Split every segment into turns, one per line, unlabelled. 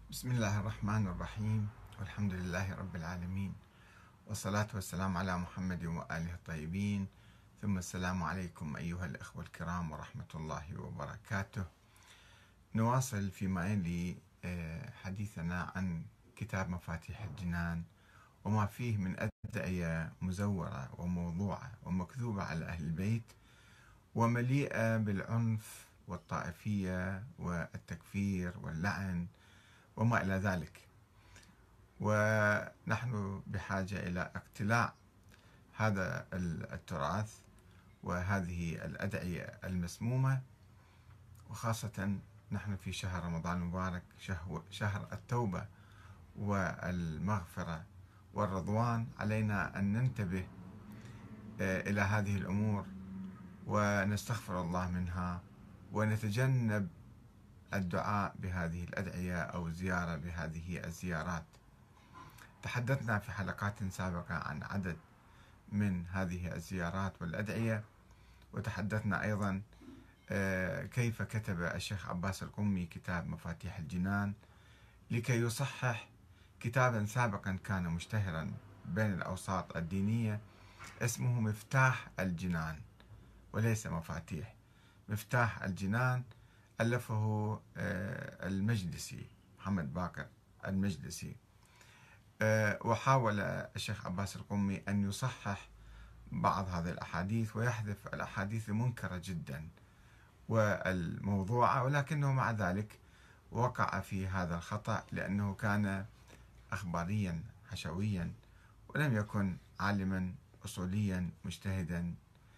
بسم الله الرحمن الرحيم، والحمد لله رب العالمين، والصلاة والسلام على محمد وآله الطيبين، ثم السلام عليكم أيها الأخوة الكرام ورحمة الله وبركاته. نواصل فيما يلي حديثنا عن كتاب مفاتيح الجنان وما فيه من أدعية مزورة وموضوعة ومكذوبة على أهل البيت ومليئة بالعنف والطائفية والتكفير واللعن وما إلى ذلك. ونحن بحاجة إلى اقتلاع هذا التراث وهذه الأدعية المسمومة، وخاصة نحن في شهر رمضان المبارك، شهر التوبة والمغفرة والرضوان. علينا أن ننتبه إلى هذه الأمور ونستغفر الله منها، ونتجنب الدعاء بهذه الأدعية أو الزيارة بهذه الزيارات. تحدثنا في حلقات سابقة عن عدد من هذه الزيارات والأدعية، وتحدثنا أيضا كيف كتب الشيخ عباس القمي كتاب مفاتيح الجنان لكي يصحح كتابا سابقا كان مشتهرا بين الأوساط الدينية اسمه مفتاح الجنان وليس مفاتيح. مفتاح الجنان ألفه المجلسي، محمد باقر المجلسي، وحاول الشيخ عباس القمي أن يصحح بعض هذه الأحاديث ويحذف الأحاديث المنكرة جدا والموضوعة، ولكنه مع ذلك وقع في هذا الخطأ لأنه كان أخباريا حشويا ولم يكن عالما أصوليا مجتهدا.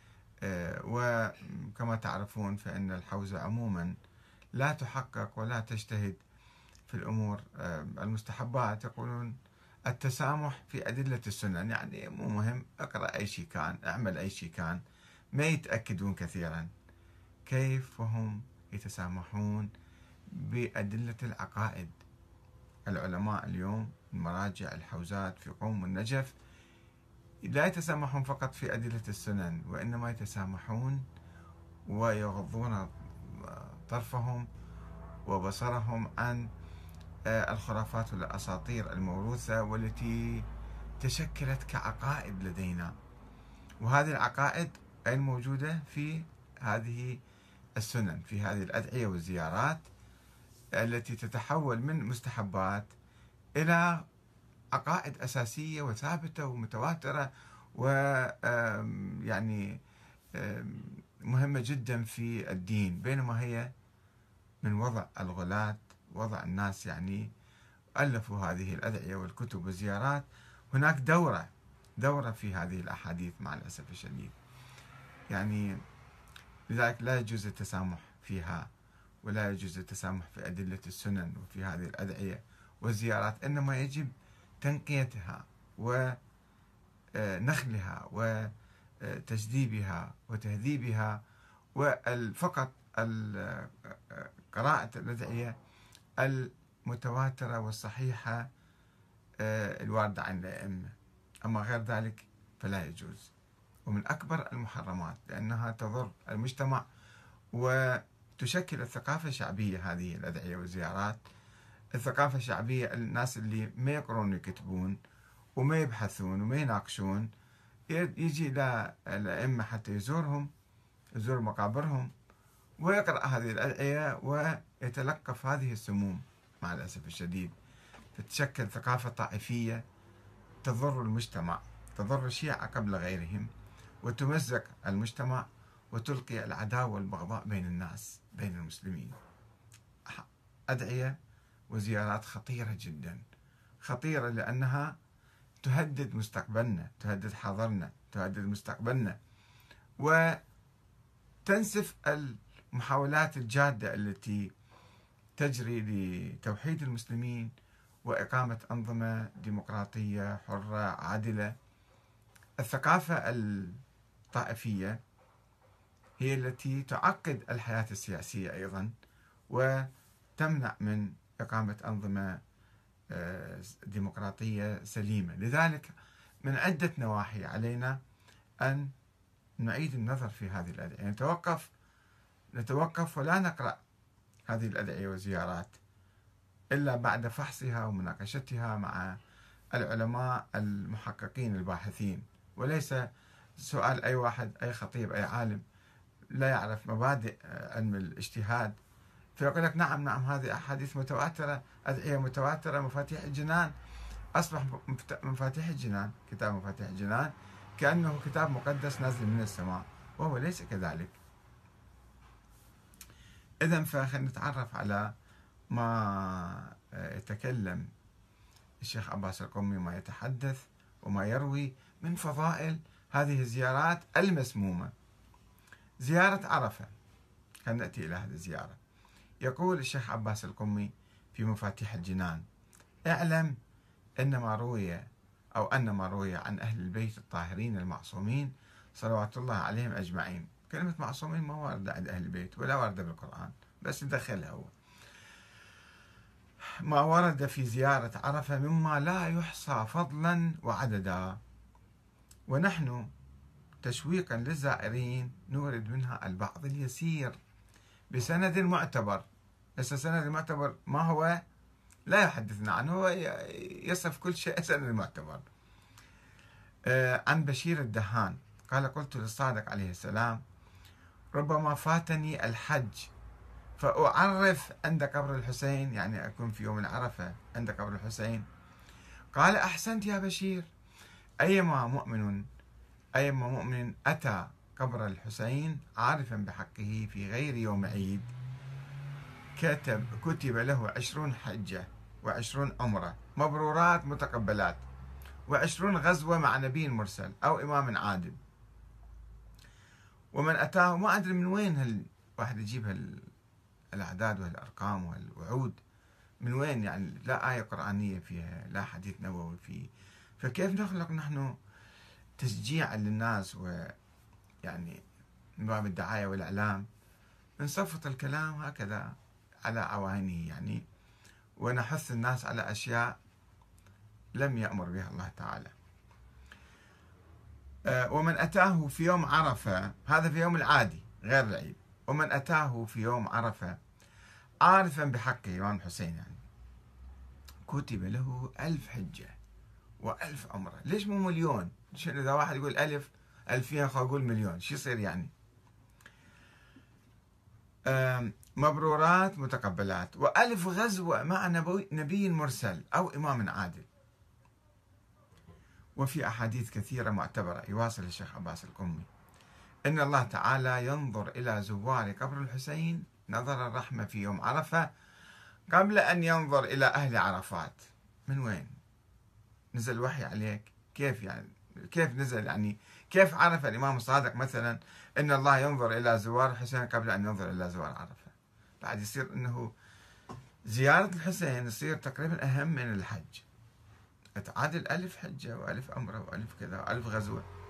وكما تعرفون فإن الحوزة عموما لا تحقق ولا تجتهد في الأمور المستحبات. يقولون التسامح في أدلة السنن، يعني مو مهم، اقرأ أي شيء كان، اعمل أي شيء كان، ما يتأكدون كثيرا. كيف هم يتسامحون بأدلة العقائد؟ العلماء اليوم، المراجع، الحوزات في قوم والنجف، لا يتسامحون فقط في أدلة السنن، وإنما يتسامحون ويغضون طرفهم وبصرهم عن الخرافات والأساطير الموروثة والتي تشكلت كعقائد لدينا. وهذه العقائد أين موجودة؟ في هذه السنن، في هذه الأدعية والزيارات التي تتحول من مستحبات إلى عقائد أساسية وثابتة ومتواترة ويعني مهمة جدا في الدين، بينما هي من وضع الغلاة، وضع الناس، يعني ألفوا هذه الأدعية والكتب والزيارات. هناك دورة في هذه الأحاديث مع الأسف الشديد، يعني لذلك لا يجوز التسامح فيها، ولا يجوز التسامح في أدلة السنن وفي هذه الأدعية والزيارات، إنما يجب تنقيتها ونخلها وتجذيبها وتهذيبها، وفقط قراءة الأدعية المتواترة والصحيحة الواردة عن الأئمة. أما غير ذلك فلا يجوز، ومن أكبر المحرمات، لأنها تضر المجتمع وتشكل الثقافة الشعبية. هذه الأدعية والزيارات الثقافة الشعبية، الناس اللي ما يقرون ويكتبون وما يبحثون وما يناقشون، يجي إلى الأئمة حتى يزور مقابرهم ويقرأ هذه الأدعية ويتلقف هذه السموم مع الأسف الشديد، فتشكل ثقافة طائفية تضر المجتمع، تضر الشيعة قبل غيرهم، وتمزق المجتمع وتلقي العداوة والبغضاء بين الناس، بين المسلمين. أدعية وزيارات خطيرة جدا، خطيرة لأنها تهدد مستقبلنا، تهدد حاضرنا، تهدد مستقبلنا، وتنسف المحاولات الجادة التي تجري لتوحيد المسلمين وإقامة أنظمة ديمقراطية حرة عادلة. الثقافة الطائفية هي التي تعقد الحياة السياسية أيضا، وتمنع من إقامة أنظمة ديمقراطية سليمة. لذلك من عدة نواحي علينا أن نعيد النظر في هذه الأدعية، نتوقف ولا نقرأ هذه الأدعية والزيارات إلا بعد فحصها ومناقشتها مع العلماء المحققين الباحثين، وليس سؤال أي واحد، أي خطيب، أي عالم لا يعرف مبادئ علم الاجتهاد فيقول لك نعم نعم هذه أحاديث متواترة، أدعية متواترة، مفاتيح الجنان. أصبح مفاتيح الجنان، كتاب مفاتيح الجنان كأنه كتاب مقدس نازل من السماء، وهو ليس كذلك. إذن فخلينا نتعرف على ما يتكلم الشيخ عباس القمي، ما يتحدث وما يروي من فضائل هذه الزيارات المسمومة. زيارة عرفة، خلينا نأتي إلى هذه الزيارة. يقول الشيخ عباس القمي في مفاتيح الجنان: اعلم أن ما روي عن أهل البيت الطاهرين المعصومين صلوات الله عليهم أجمعين. كلمة معصومين ما واردة عند أهل البيت ولا واردة بالقرآن، بس ندخلها هو. ما ورد في زيارة عرفة مما لا يحصى فضلا وعددا، ونحن تشويقا للزائرين نورد منها البعض اليسير بسند معتبر. هسه السند المعتبر ما هو؟ لا يحدثنا عنه، هو يصف كل شيء سند معتبر. عن بشير الدهان قال: قلت للصادق عليه السلام: ربما فاتني الحج فأعرف عند قبر الحسين، يعني أكون في يوم العرفة عند قبر الحسين. قال: أحسنت يا بشير، أيما مؤمن أتى قبر الحسين عارفا بحقه في غير يوم عيد كتب له 20 حجة و20 عمرة مبرورات متقبلات و20 غزوة مع نبي مرسل أو إمام عادل. ومن أتاه، ما أدري من وين الواحد يجيب الأعداد والأرقام والوعود، من وين يعني؟ لا آية قرآنية فيها، لا حديث نبوي فيه، فكيف نخلق نحن تشجيع للناس ويعني من باب الدعاية والإعلام نصفط الكلام هكذا على عوانه يعني، ونحث الناس على أشياء لم يأمر بها الله تعالى. ومن أتاه في يوم عرفة، هذا في يوم العادي غير العيد، ومن أتاه في يوم عرفة عارفا بحقه إمام الحسين يعني كتب له 1000 حجة و1000 عمرة. ليش مو مليون؟ شنو إذا واحد يقول 1000 2000 خلينا نقول مليون، شو يصير يعني؟ مبرورات متقبلات و1000 غزوة مع نبي مرسل أو إمام عادل. وفي أحاديث كثيرة معتبرة. يواصل الشيخ عباس القمي: إن الله تعالى ينظر إلى زوار قبر الحسين نظر الرحمة في يوم عرفة قبل أن ينظر إلى أهل عرفات. من وين نزل الوحي عليك؟ كيف يعني؟ كيف نزل يعني؟ كيف عرف الإمام الصادق مثلا إن الله ينظر إلى زوار الحسين قبل أن ينظر إلى زوار عرفة؟ بعد يصير إنه زيارة الحسين يصير تقريبا أهم من الحج، تعادل 1000 حجة و1000 عمرة و1000 كذا و1000 غزوة.